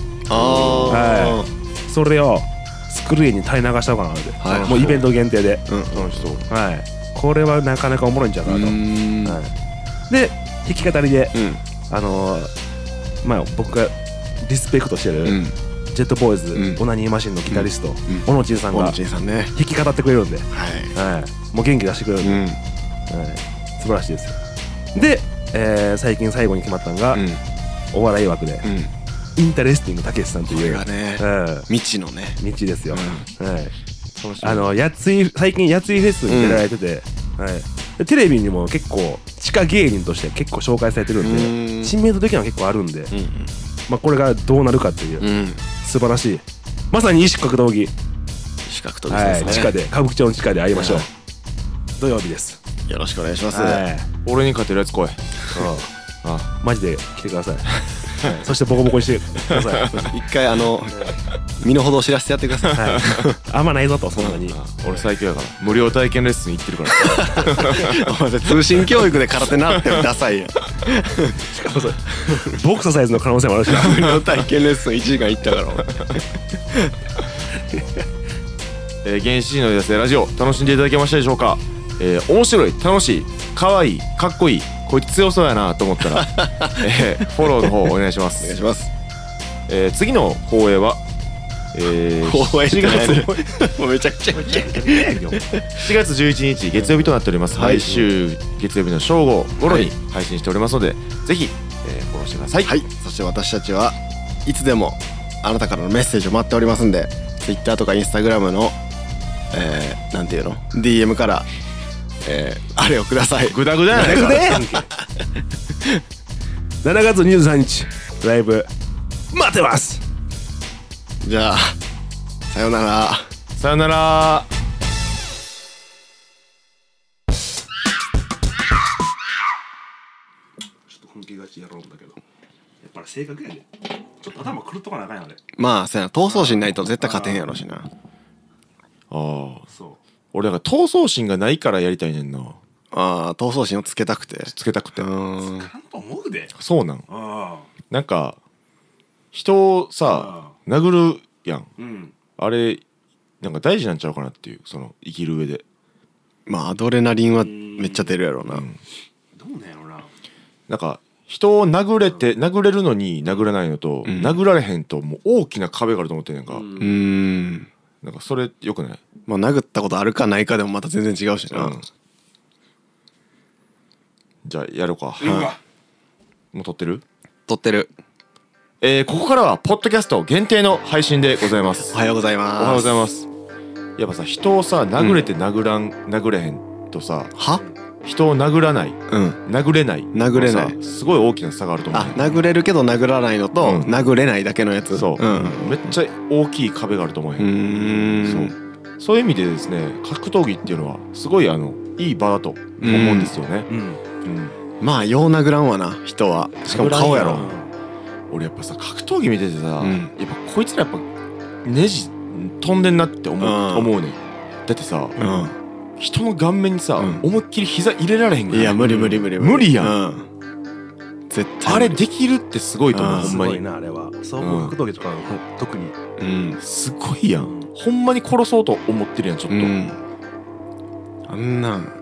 Speaker 3: それをスクリーンに垂れ流しちゃおうかなって、もうイベント限定で。これはなかなかおもろいんちゃうかなと。で弾き語りで僕がリスペクトしてるジェットボーイズオナニーマシンのギタリスト小野ちんさんが弾き語ってくれるんで、もう元気出してくれるんで素晴らしいですよ。で最近最後に決まったのがお笑い枠でインタレスティングたけしさんっていう
Speaker 2: 未知のね
Speaker 3: 未知ですよ。最近やついフェスに出られてて、テレビにも結構地下芸人として結構紹介されてるんで知名度的には結構あるんで、これがどうなるかっていう素晴らしいまさに異種格闘技地下で歌舞伎町の地下で会いましょう。土曜日です。
Speaker 2: よろしくお願いします。
Speaker 1: 俺に勝てるやつ来い。
Speaker 3: マジで来てください。そしてボコボコにしてください。
Speaker 2: 一回身の程を知らせてやってください。
Speaker 3: あんまないぞとそんなに。
Speaker 1: 俺最強やから無料体験レッスン行ってるから。
Speaker 2: お前通信教育で空手習ってもダサいやん。
Speaker 3: しかもそれボクササイズの可能性もあるしな。
Speaker 2: 無料体験レッスン1時間行ったから。
Speaker 1: 原始人の野生ラジオ楽しんでいただけましたでしょうか。面白い楽しいかわいいかっこいいこいつ強そうやなと思ったらフォローの方お願いします。
Speaker 2: お願いします。
Speaker 1: 次の放映は
Speaker 2: 放映ってもうめちゃくちゃ
Speaker 1: 7月11日月曜日となっております。毎週月曜日の正午頃に配信しておりますので、ぜひフォローしてください。
Speaker 2: そして私たちはいつでもあなたからのメッセージを待っておりますんで、 Twitter とか Instagram のなんていうの DM からあれをください。
Speaker 1: グダグダやねんか。
Speaker 3: 7月23日ライブ待ってます。
Speaker 2: じゃあさよなら。
Speaker 1: さよなら。
Speaker 3: ちょっと本気がちやろうんだけどやっぱり性格やでちょっと頭狂っとかなあかんやん。
Speaker 2: まあそうやな、闘争心ないと絶対勝てへんやろしな。
Speaker 3: そう
Speaker 1: 俺だから闘争心がないからやりたいねんな。
Speaker 2: 闘争心をつけたくて
Speaker 1: つけたくて。
Speaker 3: つかんと思うで。
Speaker 1: そうなん。なんか人をさ殴るやん、あれなんか大事なんちゃうかなっていう、その生きる上で。
Speaker 2: まあアドレナリンはめっちゃ出るやろうな。
Speaker 3: どうなんやろな。
Speaker 1: なんか人を殴れるのに殴れないのと、殴られへんともう大きな壁があると思ってんねんか。なんかそれよくない？
Speaker 2: まあ殴ったことあるかないかでもまた全然違うしな。
Speaker 1: じゃあやろうか。もう撮ってる？
Speaker 2: 撮ってる。
Speaker 1: ここからはポッドキャスト限定の配信でございます。
Speaker 2: おはようございます。
Speaker 1: おはようございます。やっぱさ、人をさ殴れて殴れへんとさ、人を殴らない、殴れないすごい大きな差があると思う。
Speaker 2: 殴れるけど殴らないのと、殴れないだけのやつ。
Speaker 1: そう、めっちゃ大きい壁があると思うへん。そういう意味でですね、格闘技っていうのはすごいいい場だと思うんですよね。
Speaker 2: まあよう殴らんわな人は。しかも顔やろ。
Speaker 1: 俺やっぱさ格闘技見ててさ、やっぱこいつらやっぱネジ飛んでんなって思うね。だってさ、人の顔面にさ、思いっきり膝入れられへんから。
Speaker 2: いや無理無理
Speaker 1: やん、
Speaker 2: 絶対
Speaker 1: あれできるってすごいと思う、ほんまに。
Speaker 3: すごいなあれは。総合格闘技とか特に
Speaker 1: すごいやん、ほんまに殺そうと思ってるやんちょっと、
Speaker 2: あん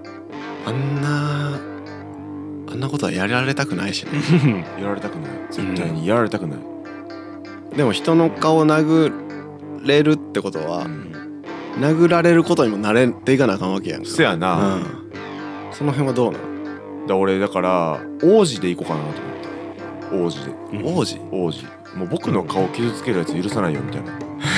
Speaker 2: なことはやられたくないしね
Speaker 1: やられたくない、絶対にやられたくない。
Speaker 2: でも人の顔を殴れるってことは、殴られることにも慣れていかなあかんわけやんか。
Speaker 1: そやな、
Speaker 2: その辺はどうなの？
Speaker 1: 俺だから王子でいこうかなと思って。王子で、王子もう僕の顔傷つけるやつ許さないよみたいな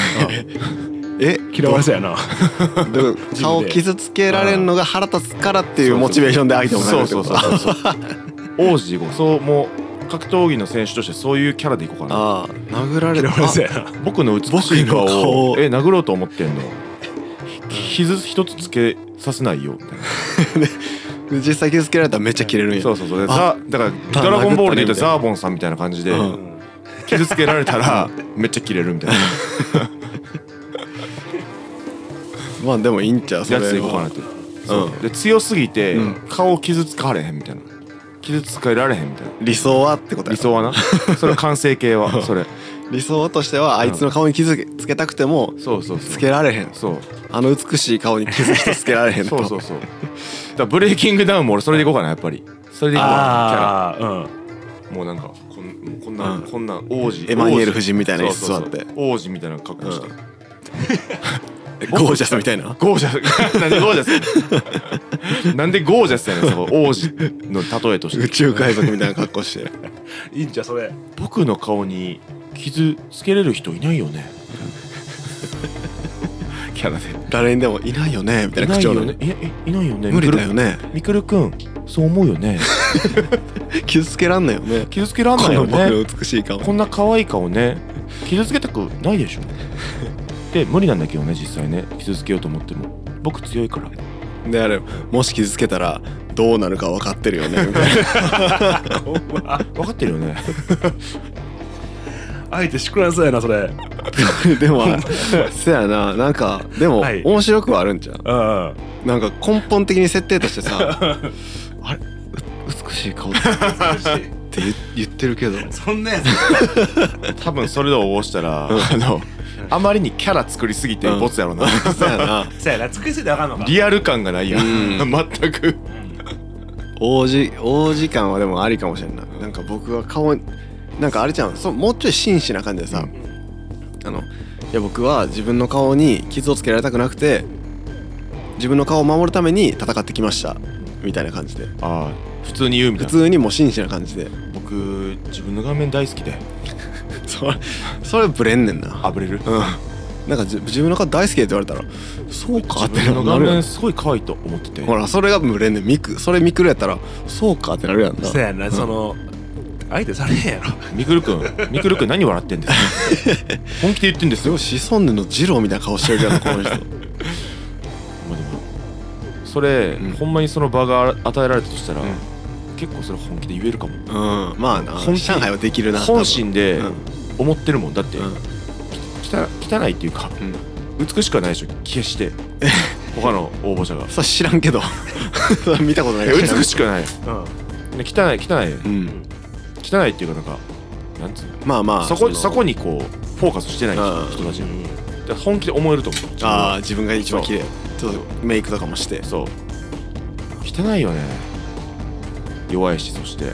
Speaker 3: 嫌われそうやな
Speaker 2: 顔傷つけられるのが腹立つからっていうモチベーションで相手もなるってことだ。
Speaker 1: 王子でいこう。そう、もう格闘技の選手としてそういうキャラでいこうかな。
Speaker 2: 殴られる。
Speaker 1: 僕の美しい顔を殴ろうと思ってんの？傷一つつけさせないよみたいな
Speaker 2: 実際傷つけられたらめっちゃ切れるんや。
Speaker 1: そうだからドラゴンボールで言うとザーボンさんみたいな感じで傷つけられたらめっちゃ切れるみたいな
Speaker 2: まあでもいいんちゃう、それ
Speaker 1: やつでいこうかなって。で強すぎて顔傷つかれへんみたいな、傷つけられへんみたいな。
Speaker 2: 理想はってことや。
Speaker 1: 理想はなそれ完成形はそれ
Speaker 2: 理想としてはあいつの顔に傷つけたくてもつけられへん。
Speaker 1: そう、
Speaker 2: あの美しい顔に傷一つつけられへんと。
Speaker 1: そうだからブレイキングダウンも俺それでいこうかな、やっぱり。それでいこうかな、キャラ。もうなんかこんな王子、
Speaker 2: エマニュエル夫人みたいな椅子座って
Speaker 1: 王子みたいな格好して
Speaker 2: ゴージャスみたいな。
Speaker 1: ゴージャスなんでゴージャスなんでゴージャスやねん、その王子の例えとして。
Speaker 2: 宇宙海賊みたいな格好して
Speaker 3: いいんじゃそれ。
Speaker 1: 僕の顔に傷つけれる人いないよねキャラで
Speaker 2: 誰にでもいないよねみたいな口調の。
Speaker 1: いないよね、
Speaker 2: 無理だよね
Speaker 1: みくるくん、そう思うよね
Speaker 2: 傷つけらんないよね。
Speaker 1: 傷つけらんないよね、
Speaker 2: この美しい顔、
Speaker 1: こんな可愛い顔ね傷つけたくないでしょで無理なんだけどね、実際ね傷つけようと思っても僕強いから
Speaker 2: で、あれもし傷つけたらどうなるか分かってるよねみたいな
Speaker 1: 分かってるよね
Speaker 3: あえてしくらんそうやなそれ
Speaker 2: でもそやな、なんかでも面白くはあるんちゃう。なんか根本的に設定としてさあれ美しい顔って言ってるけど
Speaker 3: そんなやつ
Speaker 1: 多分それで応募したらあまりにキャラ作りすぎてボツやろな。
Speaker 2: そうやな
Speaker 3: 作りすぎてあかんのか。
Speaker 1: リアル感がないやん全く。
Speaker 2: 王子感はでもありかもしれんない。なんか僕は顔なんかあれちゃう、もうちょい真摯な感じでさ、いや僕は自分の顔に傷をつけられたくなくて自分の顔を守るために戦ってきましたみたいな感じで。
Speaker 1: ああ、普通に言うみたいな。
Speaker 2: 普通にもう真摯な感じで。
Speaker 1: 僕自分の顔面大好きで
Speaker 2: それブレんねんな。
Speaker 1: あぶれる。
Speaker 2: なんか自分の顔大好きでって言われたらそうかってなる。
Speaker 1: 自分の顔面すごい可愛いと思ってて。
Speaker 2: ほらそれがブレんねん。それミクルやったらそうかってなるやんな。
Speaker 3: そうやな、その相手されへんやろ。
Speaker 1: みくるくん何笑ってんですか本気で言ってんですよ。
Speaker 2: シソンヌのジローみたいな顔してるけどこの人
Speaker 1: それ、ほんまにその場が与えられたとしたら、結構それ本気で言えるかも。
Speaker 2: まあな、上海はできるな。
Speaker 1: 本心で思ってるもん。だって、汚いっていうか、美しくはないでしょ決して他の応募者が。
Speaker 2: それ知らんけど見たことない。
Speaker 1: 美しくない、汚い、汚いっていうか、なんかなんつうの、
Speaker 2: まあ
Speaker 1: そこにこうフォーカスしてない人たち、本気で思えると思う。
Speaker 2: ああ、自分が一番綺麗。ちょっとメイクとかもして。
Speaker 1: そう汚いよね。弱いし、そして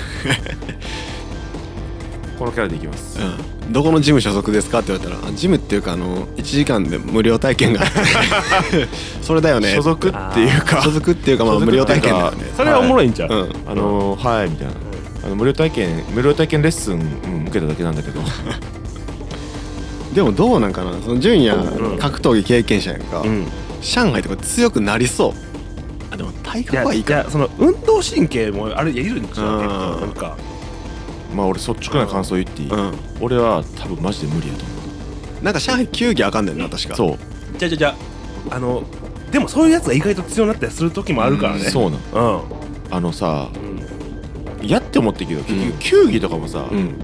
Speaker 1: このキャラでいきます。
Speaker 2: どこのジム所属ですかって言われたら、ジムっていうか1時間で無料体験がそれだよね。
Speaker 1: 所属っていうか
Speaker 2: まあ無料体験だよね。
Speaker 3: それはおもろいんちゃう。
Speaker 1: はいみたいな。無料体験レッスン受けただけなんだけど
Speaker 2: でもどうなんかな、その純也格闘技経験者やんか、上海とか強くなりそう。あ、でも体格はいいか。
Speaker 3: いや、その運動神経もあれいるんちゃう。なんか
Speaker 1: まあ俺率直な感想言っていい？俺は多分マジで無理やと思う。
Speaker 2: なんか上海球技あかんねんな、確か。
Speaker 1: そう。
Speaker 3: じゃでもそういうやつが意外と強くなったりする時もあるからね。
Speaker 1: そうなの。さやって思ってるけど、結局球技とかもさ、なん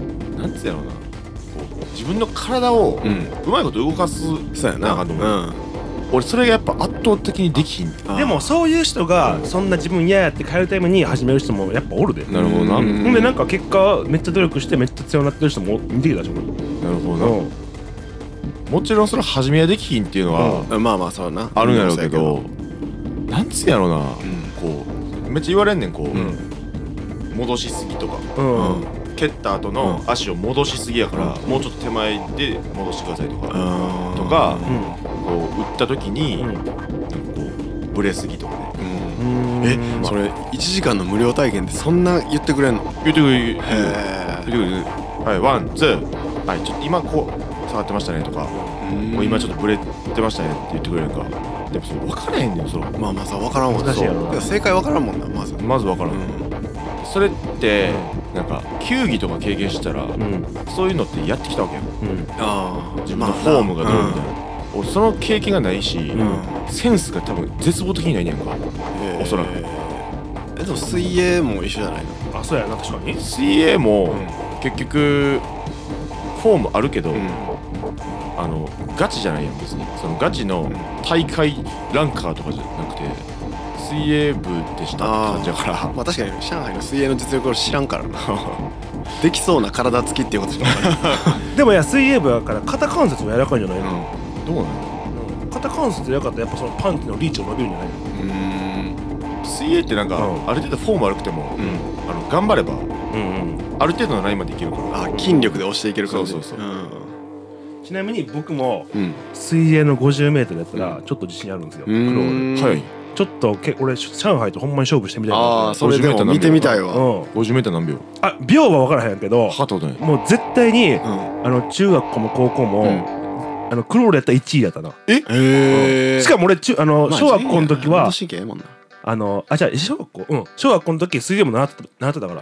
Speaker 1: なんつうやろうな、こう自分の体をうまいこと動かす
Speaker 2: そうやな
Speaker 1: なんかと思う、俺それがやっぱ圧倒的にできひん。
Speaker 3: でもそういう人がそんな自分嫌やって通うために始める人もやっぱおるで。
Speaker 1: なるほどな。
Speaker 3: ほんでなんか結果めっちゃ努力してめっちゃ強くなってる人も見てきたでしょ。
Speaker 1: なるほどな。もちろんそれ始めはできひんっていうのは
Speaker 2: まあまあそうな
Speaker 1: あるんやろうけど、なんつうやろうな、こうめっちゃ言われんねん、こう戻しすぎとか、蹴った後の足を戻しすぎやからもうちょっと手前で戻してくださいとかとか、こう打った時になんかこうブレすぎとかね。
Speaker 2: それ1時間の無料体験でそんな言ってくれんの？
Speaker 1: 言ってくれる。はい、ワンツー、はい、ちょっと今こう触ってましたねとか、もう今ちょっとブレてましたねって言ってくれるか。でもそれ分からへんねん、それ。
Speaker 2: まあまあさ分からんもんな。正解分からんもんな、まず
Speaker 1: 分からん。それってなんか球技とか経験したらそういうのってやってきたわけよ。自分のフォームがどうみたいな。俺その経験がないし、センスが多分絶望的にないねんか、おそらく。
Speaker 2: でも水泳も一緒じゃないの？
Speaker 3: あ、そうやな、確かに。
Speaker 1: 水泳も結局フォームあるけど、ガチじゃないやん別に。そのガチの大会ランカーとかじゃなくて水泳部でしたって感じだから。
Speaker 2: まあ確かに上海の水泳の実力を知らんからなできそうな体つきっていうことしか分からない
Speaker 3: でもいや、水泳部やから肩関節も柔らかいんじゃないの？
Speaker 1: どうなの？
Speaker 3: 肩関節柔らかったらやっぱそのパンチのリーチが伸びるんじゃないの？
Speaker 1: 水泳ってなんかある程度フォーム悪くても頑張ればある程度のラインまでいけるから。
Speaker 2: 筋力で押していける感じ。
Speaker 1: そう。
Speaker 3: ちなみに僕も水泳の 50m やったらちょっと自信あるんですよ。クロール。
Speaker 1: はい。
Speaker 3: ちょっと俺上海とほんまに勝負してみたいな。
Speaker 2: それでも見てみたいわ。
Speaker 1: 50m 何秒？
Speaker 3: 秒は分からへんけど、もう絶対に中学校も高校もクロールやったら1位やったな。しかも俺小学校の時はじゃあ小学校の時水泳も習ってたから。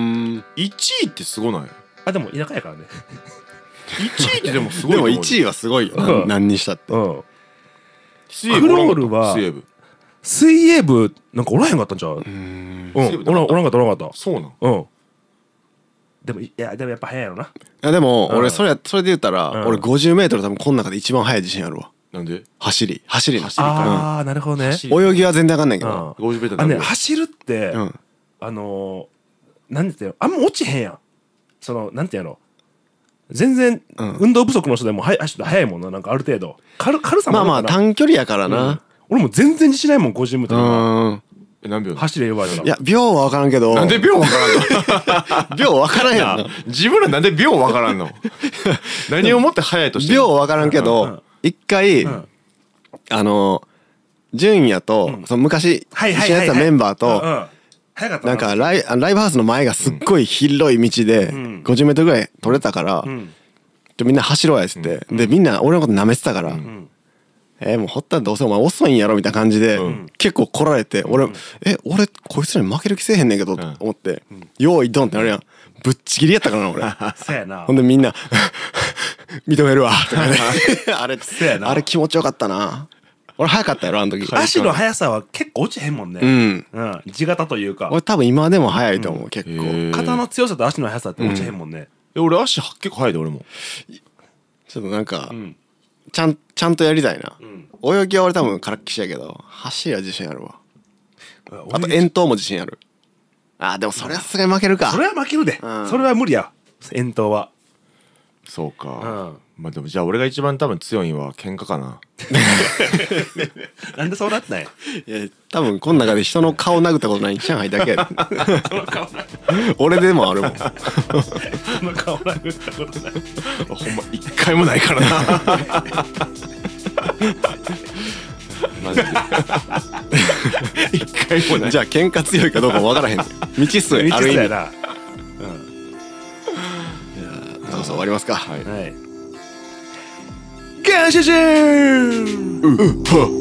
Speaker 1: 1位ってすごない？
Speaker 3: でも田舎やからね
Speaker 1: 1位ってでもすごい。
Speaker 2: でも1位はすごいよ、何にしたって。クロ
Speaker 3: ールは水泳部なんかおらへんかったんちゃう？おらんかった。
Speaker 1: そうなん？
Speaker 3: でもやっぱ早いやろな。
Speaker 2: でも俺それで言ったら俺 50m 多分この中で一番速い自信あるわ。
Speaker 1: なんで？
Speaker 2: 走り
Speaker 3: なるほどね。
Speaker 2: 泳ぎは全然わかんないけど
Speaker 1: 50m
Speaker 3: 走るってなんていうの、あんま落ちへんやん。そのなんていうの、全然運動不足の人でも走って速いもんな。なんかある程度軽さもあるから。
Speaker 2: まあ短距離やからな。
Speaker 3: 俺も全然自信ないもん 50m は。
Speaker 1: 何秒？
Speaker 3: 走れ呼ばれたら。
Speaker 2: いや秒は分からんけど。
Speaker 1: なんで秒分からんの？
Speaker 2: 秒分からんやんな。
Speaker 1: 自分らなんで秒分からんの？何をもって速いとして
Speaker 2: 秒分からんけど一回純也とその昔一緒にやってたメンバーとなんかライブハウスの前がすっごい広い道で 50m ぐらい取れたからみんな走ろうやっつってでみんな俺のこと舐めてたからもうほったらどうせお前遅いんやろみたいな感じで結構来られて俺こいつらに負ける気せえへんねんけどと思って用意ドンってなるやん。ぶっちぎりやったからな俺。
Speaker 3: そうやな。
Speaker 2: ほんでみんな認めるわとかねあれ気持ちよかったな。俺早かったやろあの時。
Speaker 3: 足の速さは結構落ちへんもんね。地形というか。
Speaker 2: 俺多分今でも速いと思う結構。
Speaker 3: 肩の強さと足の速さって落ちへんもんね。
Speaker 1: 俺足結構速いで俺も。
Speaker 2: ちょっとなんかちゃんとやりたいな。泳ぎは俺多分からっきしやけど走りは自信あるわ。あと遠投も自信ある。でもそれはさすがに負けるか。
Speaker 3: それは負けるで。それは無理や遠投は。
Speaker 1: そうか。まあでもじゃあ俺が一番多分強いんは喧嘩かな。
Speaker 3: なんでそうなったんや。
Speaker 2: いや多分この中で人の顔殴ったことない上海だけや。俺でもあるもん。
Speaker 3: その顔殴ったことない。
Speaker 1: ほんま一回もないからな。マジで一回もない。
Speaker 2: じゃあ喧嘩強いかどうか分からへんねん。未知数や。ある意味。そう終わりますか。
Speaker 3: はい。感謝じゃーん。